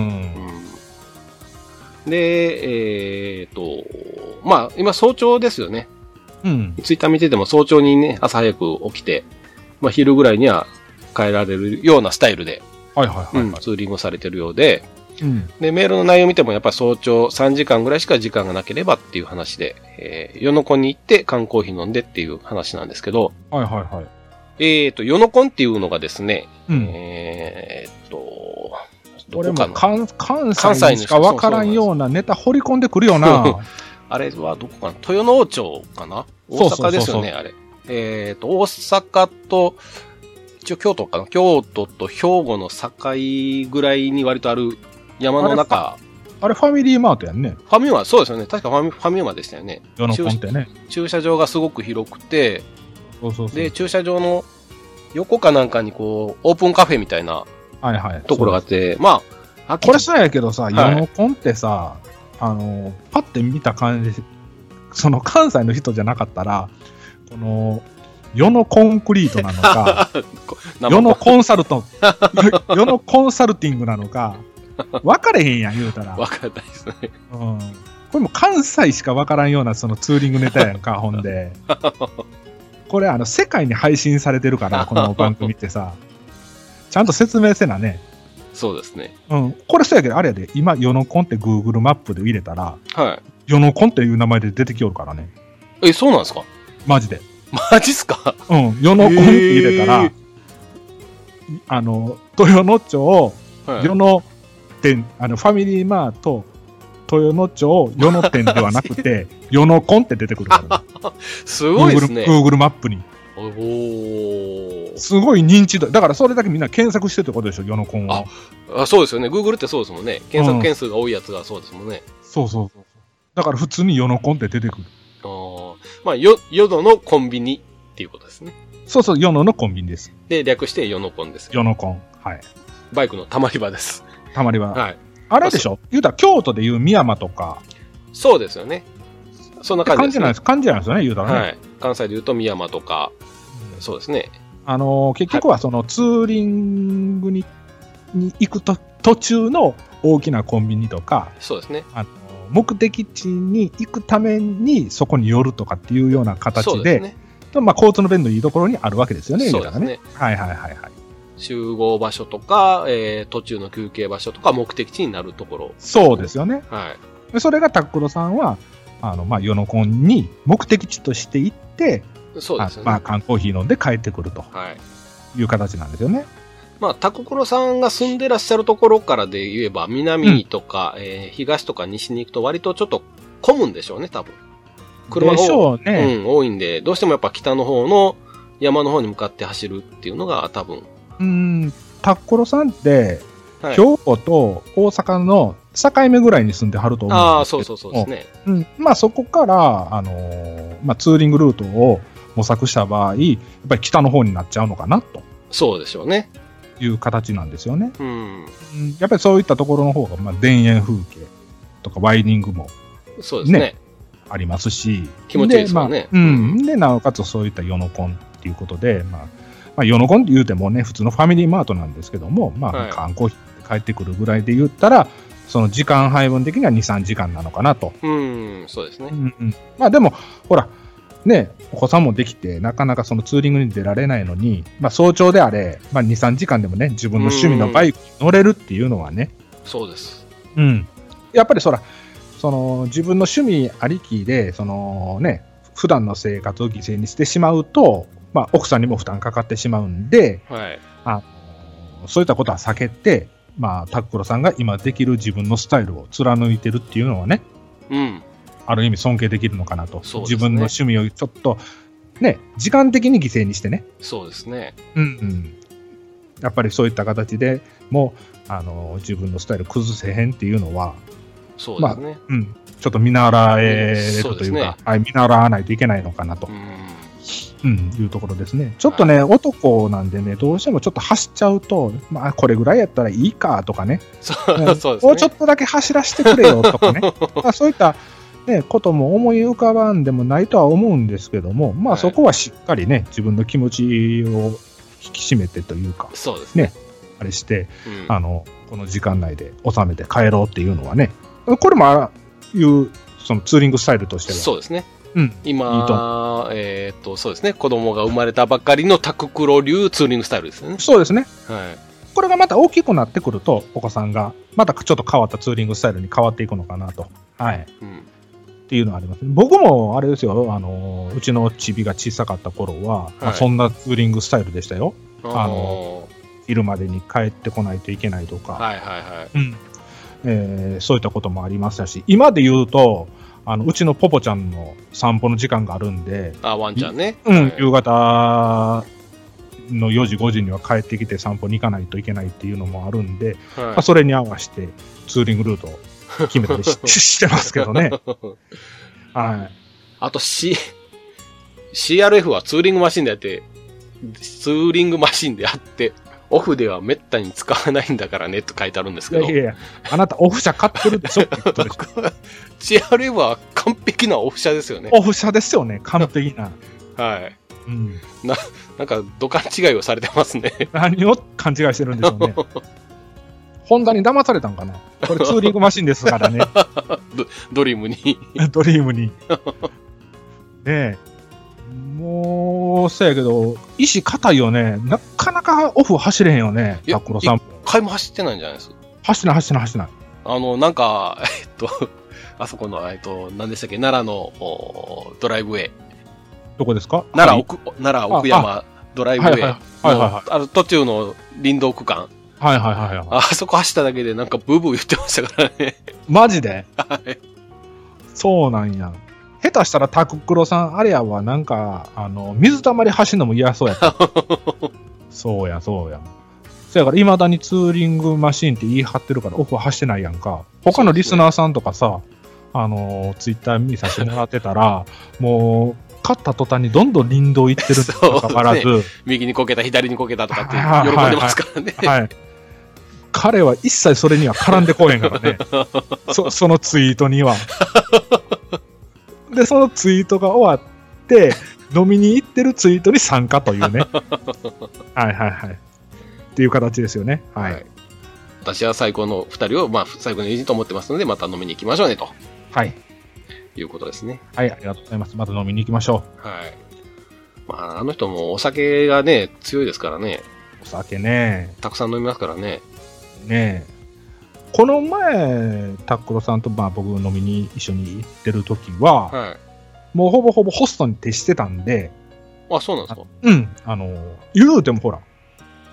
で、えー、っと、まあ、今早朝ですよね。 うん。 ツイッター見てても早朝にね、朝早く起きて、まあ、昼ぐらいには帰られるようなスタイルで、 はいはいはい、はいうん、 ツーリングされてるようで、 うん、 で、メールの内容を見てもやっぱり早朝さんじかんぐらいしか時間がなければっていう話で、えー、ヨノコンに行って缶コーヒー飲んでっていう話なんですけど、 はいはいはい。 えーと、ヨノコンっていうのがですね、 うん、 えーと、 どこかな関関西にしか分からんようなネタ掘り込んでくるよな。 あれはどこかな豊能町かな大阪ですよね、あれ。えーと、大阪と、一応京都かな京都と兵庫の境ぐらいに割とある山の中。 あれファミリーマートやんね。 ファミマ、そうですよね。確かファミファミマでしたよね。 ヨノコンってね。 駐車場がすごく広くて、 そうそうそう。 で、駐車場の横かなんかにこう、オープンカフェみたいなはいはい。 ところがあって、まあ、 これそうやけどさ、はい、ヨノコンってさ、あの、パッて見た感じ、その関西の人じゃなかったら、この、世のコンクリートなのか、世のコンサルト、世のコンサルティングなのか、分かれへんやん、言うたら。 分かんないですね。 うん。これも関西しか分からんようなそのツーリングネタやんか、ほんで。これ、あの、世界に配信されてるから、この番組ってさ、ちゃんと説明せなね。 そうですね。 うん。これそうやけど、あれやで、今、ヨノコンって Google マップで入れたら、 はい。 ヨノコンっていう名前で出てきよるからね。 え、そうなんですか？ マジで。 マジっすか？ うん。ヨノコンって入れたら、えー、あの、豊野町、はい、ヨノ店、あの、ファミリーマート、豊野町、ヨノ店ではなくて、ヨノコンって出てくるから。 すごいですね。 Google, Google マップに。 おー。 すごい認知度。だからそれだけみんな検索してるってことでしょ、ヨノコンは。 ああ、そうですよね。Google ってそうですもんね。検索件数が多いやつがそうですもんね。 うん、そうそうそう。だから普通にヨノコンって出てくる。 ああ。まあ、よ、ヨドのコンビニっていうことですね。 そうそう、ヨノのコンビニです。 で、略してヨノコンです。 ヨノコン。はい。 バイクのたまり場です。 たまり場。 はい。 あれでしょ言うたら京都でいう宮山とか。 そうですよね。そんな感じですね。 感じなんです。感じなんですよね、言うたらね。 はい。関西で言うと宮山とか、うん、そうですね。 あのー、結局はそのツーリングに、に行くと途中の大きなコンビニとか、 そうですね。 あの目的地に行くためにそこに寄るとかっていうような形で、そうですね。まあ、交通の便のいいところにあるわけですよね、 そうですね。 ねはいはいはいはい。 集合場所とか、えー、途中の休憩場所とか目的地になるところ。 そうですよね。 はい。 でそれがタックロさんは、あの、まあ、ヨノコンに目的地として行って、 そうですよね。 まあ、缶コーヒー飲んで帰ってくると。 はい。 いう形なんですよね。 まあ、タククロさんが住んでらっしゃるところからで言えば、南とか、うん、えー、東とか西に行くと割とちょっと混むんでしょうね、多分。車が、 でしょうね、 うん、多いんで、どうしてもやっぱ北の方の山の方に向かって走るっていうのが多分。 うん、タククロさんって、はい、兵庫と大阪の境目ぐらいに住んではると思うんですけど。ああ、 そうそうそうですね。 うん、まあそこから、あのー、まあツーリングルートを模索した場合、やっぱり北の方になっちゃうのかなと。 そうでしょうね。 いう形なんですよね。 うん。 やっぱりそういったところの方が、まあ田園風景とかワイニングも、ね、 そうですね。 ありますし。 気持ちいいですよね。 まあ、うん。で、なおかつそういったヨノコンっていうことで、まあ、まあ、ヨノコンって言うてもね、普通のファミリーマートなんですけども、まあ、はい、観光費帰ってくるぐらいで言ったら、その時間配分的にはに、さんじかんなのかなと。 うん、そうですね。 うんうん、まあでも、ほら、ね、お子さんもできて、なかなかそのツーリングに出られないのに、まあ早朝であれ、まあに、さんじかんでもね、自分の趣味のバイクに乗れるっていうのはね。 そうです。 うん。やっぱりそら、その自分の趣味ありきで、そのね、普段の生活を犠牲にしてしまうと、まあ奥さんにも負担かかってしまうんで、 はい、 あそういったことは避けて、まあタククロさんが今できる自分のスタイルを貫いてるっていうのはね、 うん。 ある意味尊敬できるのかなと。 そうですね、 自分の趣味をちょっと、ね、時間的に犠牲にしてね。 そうですね。 うんうん。やっぱりそういった形でもう、あの、自分のスタイル崩せへんっていうのは、 そうですね。 まあ、うん。ちょっと見習えるというか、うん、うね、はい、見習わないといけないのかなと。うん、うん、いうところですね。ちょっとね、はい、男なんでね、どうしてもちょっと走っちゃうと、まあ、これぐらいやったらいいかとかね。 そうそうですね。 もうちょっとだけ走らせてくれよとかね。まあ、そういったね、ことも思い浮かばんでもないとは思うんですけども、まあそこはしっかりね、自分の気持ちを引き締めてというか、 そうですね。ね、 あれして、うん、あの、この時間内で収めて帰ろうっていうのはね、これもあいう、そのツーリングスタイルとしては。 そうですね。 うん。 今、いいえっと、そうですね、子供が生まれたばっかりのタククロ流ツーリングスタイルですよね。 そうですね。 はい。 これがまた大きくなってくると、お子さんが、またちょっと変わったツーリングスタイルに変わっていくのかなと。はい。うん。っていうのはありますね。僕もあれですよ、あのうちのチビが小さかった頃は、はい、まあ、そんなツーリングスタイルでしたよ。あの昼までに帰ってこないといけないとか、 はいはいはい、うん、 えー、そういったこともありましたし、今で言うとあのうちのポポちゃんの散歩の時間があるんで、 あワンちゃんね、 うん、はい、夕方のよじごじには帰ってきて散歩に行かないといけないっていうのもあるんで、はい、まあ、それに合わせてツーリングルートを決めたり し, してますけどね。はい。 あと C、シーアールエフ はツーリングマシンでやって、ツーリングマシンであって、オフではめったに使わないんだからねと書いてあるんですけど。 いやいやいや、あなたオフ車買ってるでしょってことでしょ。 シーアールエフ は完璧なオフ車ですよね。 オフ車ですよね、完璧な。 はい。 うん。 な、なんか、土管違いをされてますね。 何を勘違いしてるんでしょうね。ホンダに騙されたんかな。これツーリングマシンですからね。 ド, ドリームに。 ドリームに。ねえ。もう、そうやけど、意志硬いよね。なかなかオフ走れへんよね、タクロさん。 一回も走ってないんじゃないですか。 走ってない、走ってない、走ってない。 あの、なんか、えっと、あそこの、えっと、何でしたっけ、奈良のドライブウェイ。 どこですか？ 奈良奥、奈良奥山ドライブウェイ。はいはいはい。 あの、途中の林道区間。 はいはいはいはい。 あそこ走っただけでなんかブーブー言ってましたからね。 マジで？ はい。 そうなんや。下手したらタククロさん、あれやわ、なんか、あの、水たまり走るのも嫌そうやった。そうや、そうや。そやから、未だにツーリングマシンって言い張ってるから、オフは走ってないやんか。他のリスナーさんとかさ、ね、あの、ツイッター見させてもらってたら、もう、勝った途端にどんどん林道行ってるにもかかわらず、ね、 右にこけた、左にこけたとかって喜んでますからね。 はいはいはい。彼は一切それには絡んでこへんからね。そ, そのツイートには。で、そのツイートが終わって、飲みに行ってるツイートに参加というね。はいはいはい。っていう形ですよね。はい。はい、 私は最高の二人を、まあ、最高の友人と思ってますので、また飲みに行きましょうねと。 はい。 いうことですね。 はい、ありがとうございます。また飲みに行きましょう。はい。まあ、あの人もお酒がね、強いですからね。 お酒ね。 たくさん飲みますからね。 ねえ。この前、タックロさんとまあ僕飲みに一緒に行ってる時は、はい、もうほぼほぼホストに徹してたんで。 あ、そうなんですか？ うん。あの、言うてもほら、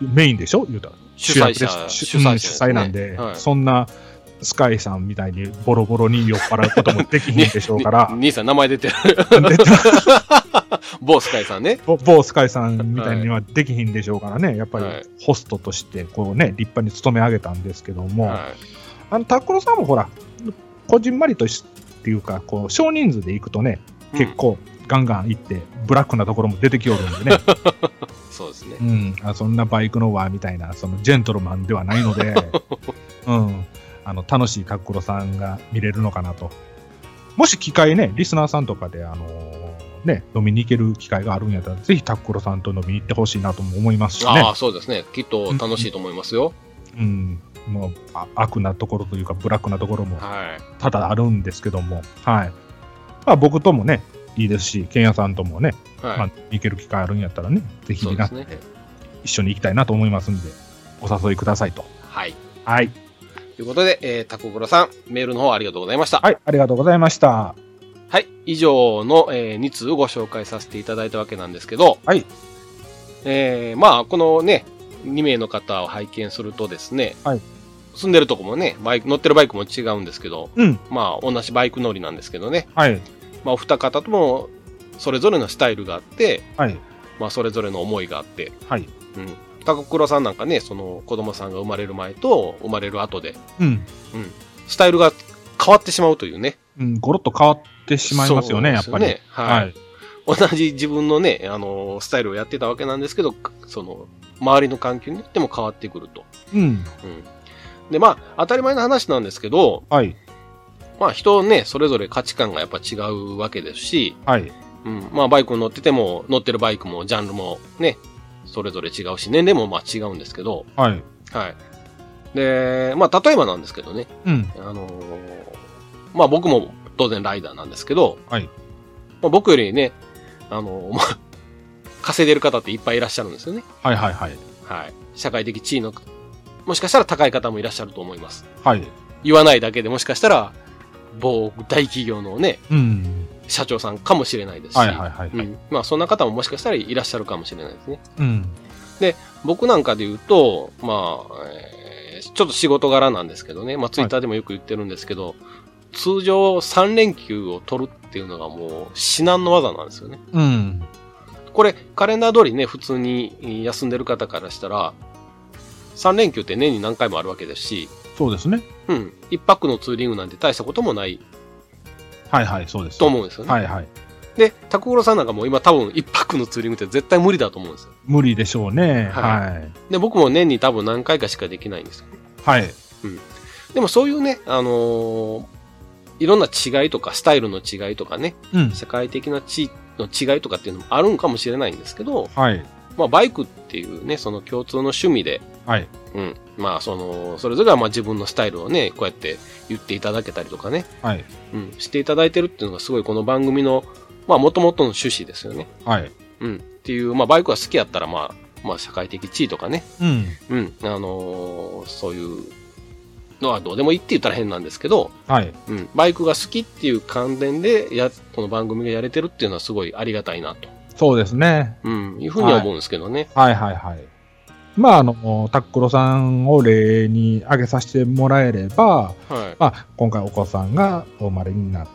メインでしょ言うたら。 主催者。 主催者、主催なんで、はい、そんな、スカイさんみたいにボロボロに酔っ払うこともできひんでしょうから。 兄さん名前出てる。出て某スカイさんね。 某スカイさんみたいにはできひんでしょうからね。やっぱりホストとしてこうね、立派に務め上げたんですけども、はい、あの、タックロさんもほら、こじんまりとしっていうか、こう、少人数で行くとね、結構ガンガン行って、ブラックなところも出てきよるんでね。 そうですね。 うん。あ、そんなバイクの輪みたいな、そのジェントルマンではないので、うん。あの、楽しいタックロさんが見れるのかなと。もし機会ね、リスナーさんとかで、あのー、ね、飲みに行ける機会があるんやったら、ぜひタックロさんと飲みに行ってほしいなとも思いますしね。 ああ、そうですね。きっと楽しいと思いますよ。 うん。うん、もう、悪なところというか、ブラックなところも、ただあるんですけども、はい。まあ、僕ともね、いいですし、ケンヤさんともね、はい、まあ、行ける機会あるんやったらね、ぜひなって、ね、一緒に行きたいなと思いますんで、お誘いくださいと。 はい。 はい。 ということで、えー、タコクロさん、メールの方ありがとうございました。 はい、ありがとうございました。 はい、以上の、えー、に通ご紹介させていただいたわけなんですけど、 はい。 えー、まあ、このね、に名の方を拝見するとですね、 はい。 住んでるとこもね、バイク、乗ってるバイクも違うんですけど、 うん。 まあ、同じバイク乗りなんですけどね。 はい。 まあ、お二方とも、それぞれのスタイルがあって、 はい。 まあ、それぞれの思いがあって、 はい。 うん。タコクロさんなんかね、その子供さんが生まれる前と生まれる後で、 うん。うん。 スタイルが変わってしまうというね。 うん、ゴロッと変わってしまいますよね、やっぱり。 はい。はい。同じ自分のね、あの、スタイルをやってたわけなんですけど、その、周りの環境によっても変わってくると。 うん。うん。 で、まあ、当たり前の話なんですけど、 はい。 まあ、人ね、それぞれ価値観がやっぱ違うわけですし、 はい。 うん。まあ、バイクに乗ってても、乗ってるバイクも、ジャンルもね、それぞれ違うし、年齢もまあ違うんですけど、 はい。 はい。で、まあ、例えばなんですけどね、 うん。 あのー、まあ、僕も当然ライダーなんですけど、 はい。 まあ、僕よりね、あのー、まあ、稼いでる方っていっぱいいらっしゃるんですよね。 はいはいはい。 はい。社会的地位の、もしかしたら高い方もいらっしゃると思います。 はい。 言わないだけでもしかしたら、某大企業のね、 うん。 社長さんかもしれないですし、 はいはいはい、はいうん。 まあそんな方ももしかしたらいらっしゃるかもしれないですね。 うん。 で、僕なんかで言うと、まあ、えー、ちょっと仕事柄なんですけどね、まあツイッターでもよく言ってるんですけど、はい、通常さん連休を取るっていうのがもう至難の技なんですよね。 うん。 これ、カレンダー通りね、普通に休んでる方からしたら、さん連休って年に何回もあるわけですし、 そうですね。 うん。一泊のツーリングなんて大したこともない。 はいはい、そうです。 と思うんですよね。 はいはい。 で、タコクロさんなんかも今多分一泊のツーリングって絶対無理だと思うんですよ。 無理でしょうね。はい。はい、 で、僕も年に多分何回かしかできないんですよ。 はい。 うん。でもそういうね、あのー、いろんな違いとか、スタイルの違いとかね、 うん、 社会的な地位の違いとかっていうのもあるんかもしれないんですけど、 はい。 まあ、バイクっていうね、その共通の趣味で、 はい。 うん。まあ、その、それぞれはまあ自分のスタイルをね、こうやって言っていただけたりとかね。 はい。 うん。していただいてるっていうのがすごいこの番組の、まあ、元々の趣旨ですよね。 はい。 うん。っていう、まあ、バイクが好きやったら、まあ、まあ、社会的地位とかね。 うん。 うん。あのー、そういうのはどうでもいいって言ったら変なんですけど、 はい。 うん。バイクが好きっていう観点で、や、この番組がやれてるっていうのはすごいありがたいなと。 そうですね。 うん。いうふうには思うんですけどね。 はい、はい、はいはい。まあ、あの、タックロさんを例に挙げさせてもらえれば、 はい、 まあ、今回お子さんがお生まれになって、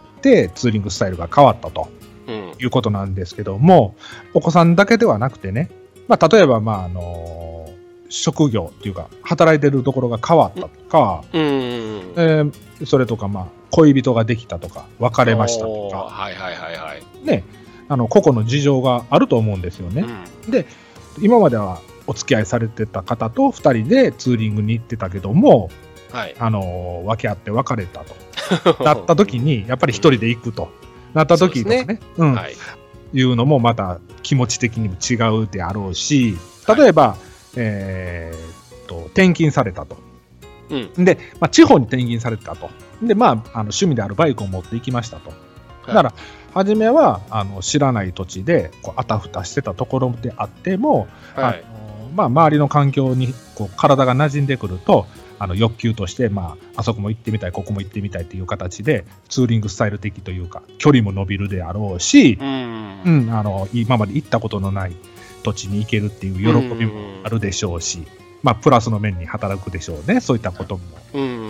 ツーリングスタイルが変わったと、うん、いうことなんですけども、お子さんだけではなくてね、まあ、例えば、まあ、あの、職業っていうか、働いてるところが変わったとか、 うんうんえー、それとか、まあ、恋人ができたとか、別れましたとか、 はいはいはいはい。 ね、あの、個々の事情があると思うんですよね。うん、で、今までは、お付き合いされてた方とふたりでツーリングに行ってたけども、 はい、 あの分け合って別れたとなった時にやっぱり一人で行くとなった時とかね、ねうんはい、いうのもまた気持ち的にも違うであろうし、例えば、はい、えー、っと転勤されたと、うん、で、まあ、地方に転勤されてたとで、まあ、あの趣味であるバイクを持って行きましたと、はい、だから初めはあの知らない土地でこうあたふたしてたところであっても、はい、まあ、周りの環境にこう体が馴染んでくるとあの欲求として、まあ、あそこも行ってみたいここも行ってみたいという形でツーリングスタイル的というか距離も伸びるであろうし、うん、うん、あの今まで行ったことのない土地に行けるっていう喜びもあるでしょうし、まあ、プラスの面に働くでしょうね、そういったことも。うんうん、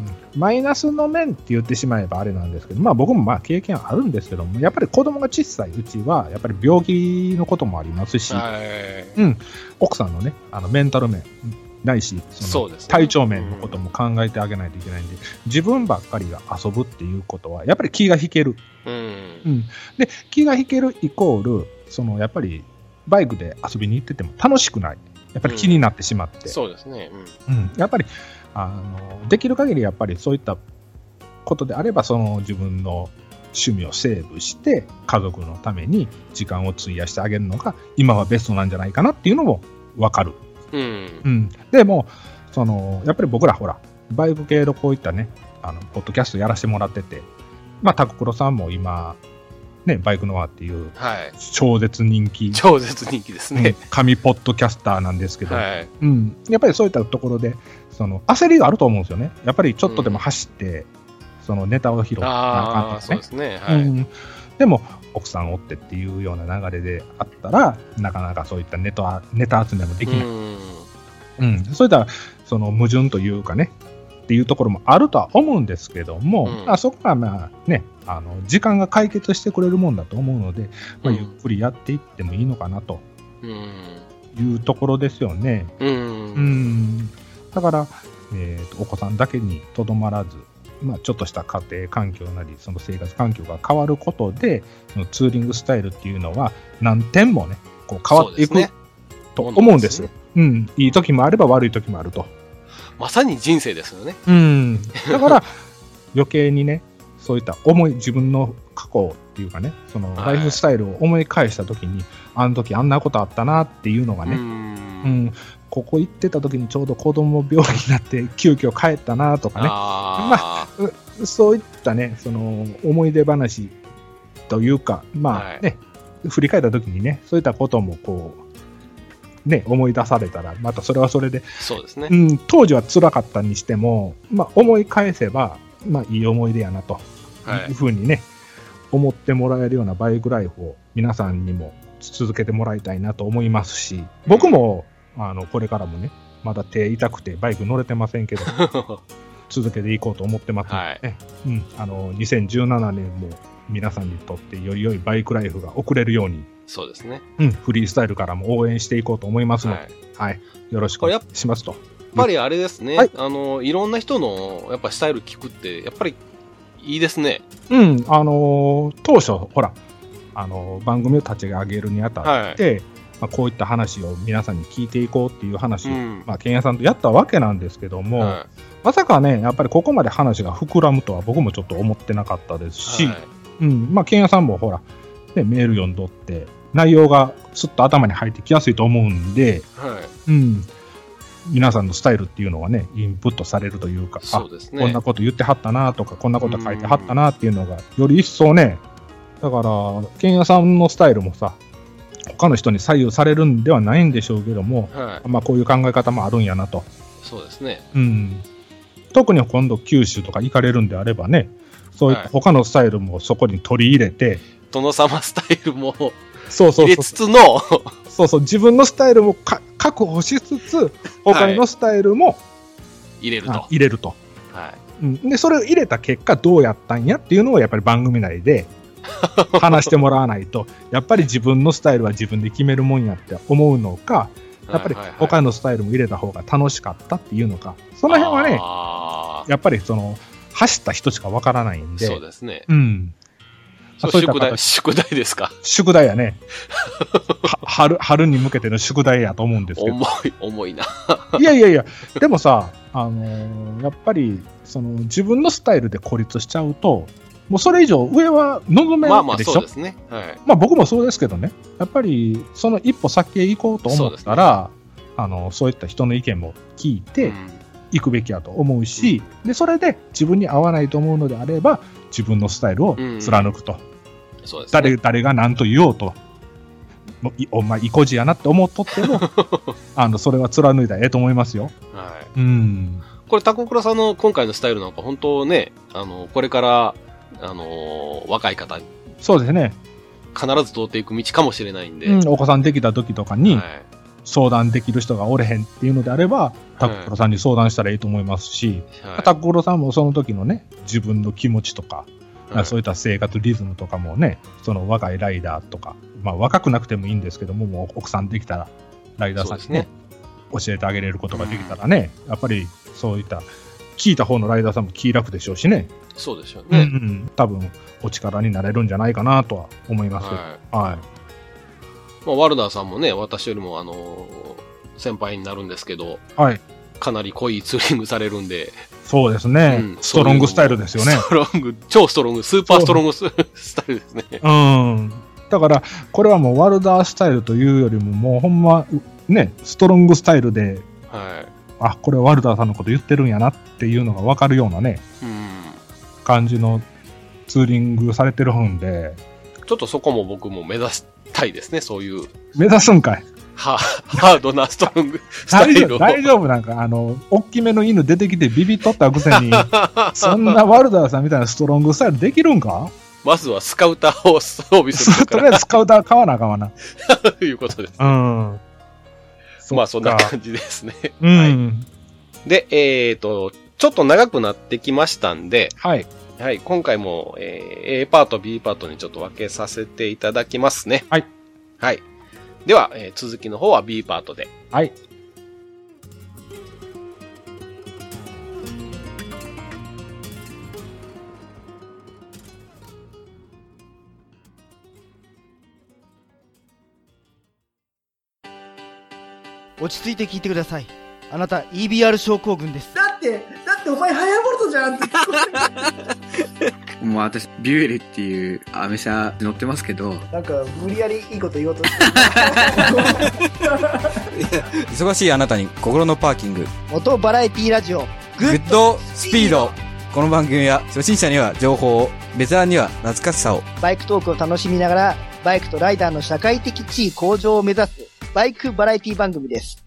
マイナスの面って言ってしまえばあれなんですけど、まあ、僕もまあ経験あるんですけども、やっぱり子供が小さいうちは、やっぱり病気のこともありますし、うん、奥さんのね、あのメンタル面、ないし、その体調面のことも考えてあげないといけないんで、自分ばっかりが遊ぶっていうことは、やっぱり気が引ける。うんうん、で、気が引けるイコール、そのやっぱりバイクで遊びに行ってても楽しくない。やっぱり気になってしまって。うん、 そうですね。 うん。うん、やっぱり、あの、できる限りやっぱりそういったことであれば、その自分の趣味をセーブして、家族のために時間を費やしてあげるのが、今はベストなんじゃないかなっていうのもわかる。うん。うん。でも、その、やっぱり僕らほら、バイク系のこういったね、あの、ポッドキャストやらせてもらってて、まあ、タククロさんも今、ね、バイクノアっていう、超絶人気、はい、 超絶人気ですね、うん、 神ポッドキャスターなんですけど、はい、うん、やっぱりそういったところで、その焦りがあると思うんですよね。やっぱりちょっとでも走って、うん、そのネタを拾ってなあかんとかね。そうですね、はい、うん。 でも、奥さんおってっていうような流れであったら、なかなかそういったネタ、ネタ集めもできない。うん、うん、そういったその矛盾というかね、っていうところもあるとは思うんですけども、うん、あそこはまあね、あの時間が解決してくれるもんだと思うので、まあ、ゆっくりやっていってもいいのかなというところですよね。うん、うん、だから、えーと、お子さんだけにとどまらず、まあ、ちょっとした家庭環境なりその生活環境が変わることで、そのツーリングスタイルっていうのは何点もね、こう変わっていく、ね、と思うんですよ。うん、いい時もあれば悪い時もあると。 まさに人生ですよね。 うん。だから余計にね、そういった思い、自分の過去っていうかね、そのライフスタイルを思い返したときに、はい、あの時あんなことあったなっていうのがね、うん、うん、ここ行ってた時にちょうど子供病気になって急遽帰ったなとかね、あまあ、そういったね、その思い出話というか、まあね、はい、振り返った時にね、そういったこともこう、ね、思い出されたら、またそれはそれで、 そうですね。 うん、当時は辛かったにしても、まあ、思い返せば、まあ、いい思い出やなと、はい、いうふうにね、思ってもらえるようなバイクライフを皆さんにも続けてもらいたいなと思いますし、僕も、あの、これからもね、まだ手痛くてバイク乗れてませんけど、続けていこうと思ってますので、ね、はい、うん、あの、にせんじゅうななねんも皆さんにとってより良いバイクライフが送れるように、 そうですね。 うん、フリースタイルからも応援していこうと思いますので、はい、はい、よろしくお願いしますと。 やっぱりあれですね、はい、あの、いろんな人のやっぱスタイル聞くって、やっぱりいいですね。 うん、あのー、当初、ほら、あのー、番組を立ち上げるにあたって、はい、まあ、こういった話を皆さんに聞いていこうっていう話を、うん、まあ、ケンヤさんとやったわけなんですけども、はい、まさかね、やっぱりここまで話が膨らむとは僕もちょっと思ってなかったですし、はい、うん、まあ、ケンヤさんもほら、ね、メール読んどって内容がすっと頭に入ってきやすいと思うんで、はい、うん、皆さんのスタイルっていうのはね、インプットされるというか、そうですね、あ、こんなこと言ってはったなとか、こんなこと書いてはったなっていうのがより一層ね、だからケンヤさんのスタイルもさ、他の人に左右されるんではないんでしょうけども、はい、まあこういう考え方もあるんやなと。 そうですね。 うん。特に今度九州とか行かれるんであればね、そういった他のスタイルもそこに取り入れて、 殿様スタイルも入れつつのそうそう、自分のスタイルもか確保しつつ他のスタイルも、はい、 入れると入れると、はい、うん、でそれを入れた結果どうやったんやっていうのをやっぱり番組内で話してもらわないとやっぱり自分のスタイルは自分で決めるもんやって思うのか、やっぱり他のスタイルも入れた方が楽しかったっていうのか、その辺はね、やっぱりその走った人しかわからないんで。 そうですね。 うん。 そう、宿題、宿題ですか。 宿題やね。春、春に向けての宿題やと思うんですけど。 重い、重いな。 いやいやいや、でもさ、あのー、やっぱり、その、自分のスタイルで孤立しちゃうと、もうそれ以上上は望めないでしょ。まあまあそうですね。はい。まあ僕もそうですけどね。やっぱり、その一歩先へ行こうと思ったら、ね、あの、そういった人の意見も聞いて、行くべきやと思うし、うん、で、それで自分に合わないと思うのであれば、自分のスタイルを貫くと。うん、そうですね、誰、誰が何と言おうと、もうお前、意固地やなって思っとっても、あの、それは貫いたらええと思いますよ。はい。うん。 これ、タコクラさんの今回のスタイルなんか、本当ね、あの、これから、あのー、若い方に。 そうですね。 必ず通っていく道かもしれないんで。 うん、お子さんできた時とかに、相談できる人がおれへんっていうのであれば、タッコロさんに相談したらいいと思いますし、はい、タッコロさんもその時のね、自分の気持ちとか、はい、そういった生活リズムとかもね、その若いライダーとか、まあ若くなくてもいいんですけども、もう奥さんできたら、ライダーさんにね、教えてあげれることができたらね、うん、やっぱりそういった、聞いた方のライダーさんも気楽でしょうしね。 そうでしょうね。うん、 うん、多分、お力になれるんじゃないかなとは思います。はい。はい。 まあ、ワルダーさんもね、私よりも、あのー、先輩になるんですけど、 はい。 かなり濃いツーリングされるんで。 そうですね。うん、ストロングスタイルですよね。 ストロング、超ストロング、スーパーストロングスタイルですね。 うん。だから、これはもうワルダースタイルというよりも、もうほんま、ね、ストロングスタイルで、はい。あ、これワルダーさんのこと言ってるんやなっていうのが分かるようなね、うん、感じのツーリングされてるんで、 ちょっとそこも僕も目指したいですね、そういう。 目指すんかい。 は、ハードなストロングスタイルを。 大丈夫なんか、あの、大きめの犬出てきてビビっとったくせに、そんなワルダーさんみたいなストロングスタイルできるんか？ まずはスカウターを装備するとりあえずスカウター買わなあかんわな。 ということです。 うん。 まあそんな感じですね。 うん。 はい、で、えっと、ちょっと長くなってきましたんで、 はい。 はい、今回も、えー、A パート、B パートにちょっと分けさせていただきますね。 はい。 はい。では、えー、続きの方は B パートで。 はい。 落ち着いて聞いてください。あなた イービーアール 症候群です。 だって、だってお前ハヤボルトじゃんってもう私、ビュエルっていうアメ車乗ってますけど。 なんか、無理やりいいこと言おうとして忙しいあなたに心のパーキング。 元バラエティラジオ、 グッドスピード。この番組は初心者には情報を、ベテランには懐かしさを。 バイクトークを楽しみながら、バイクとライダーの社会的地位向上を目指す、バイクバラエティ番組です。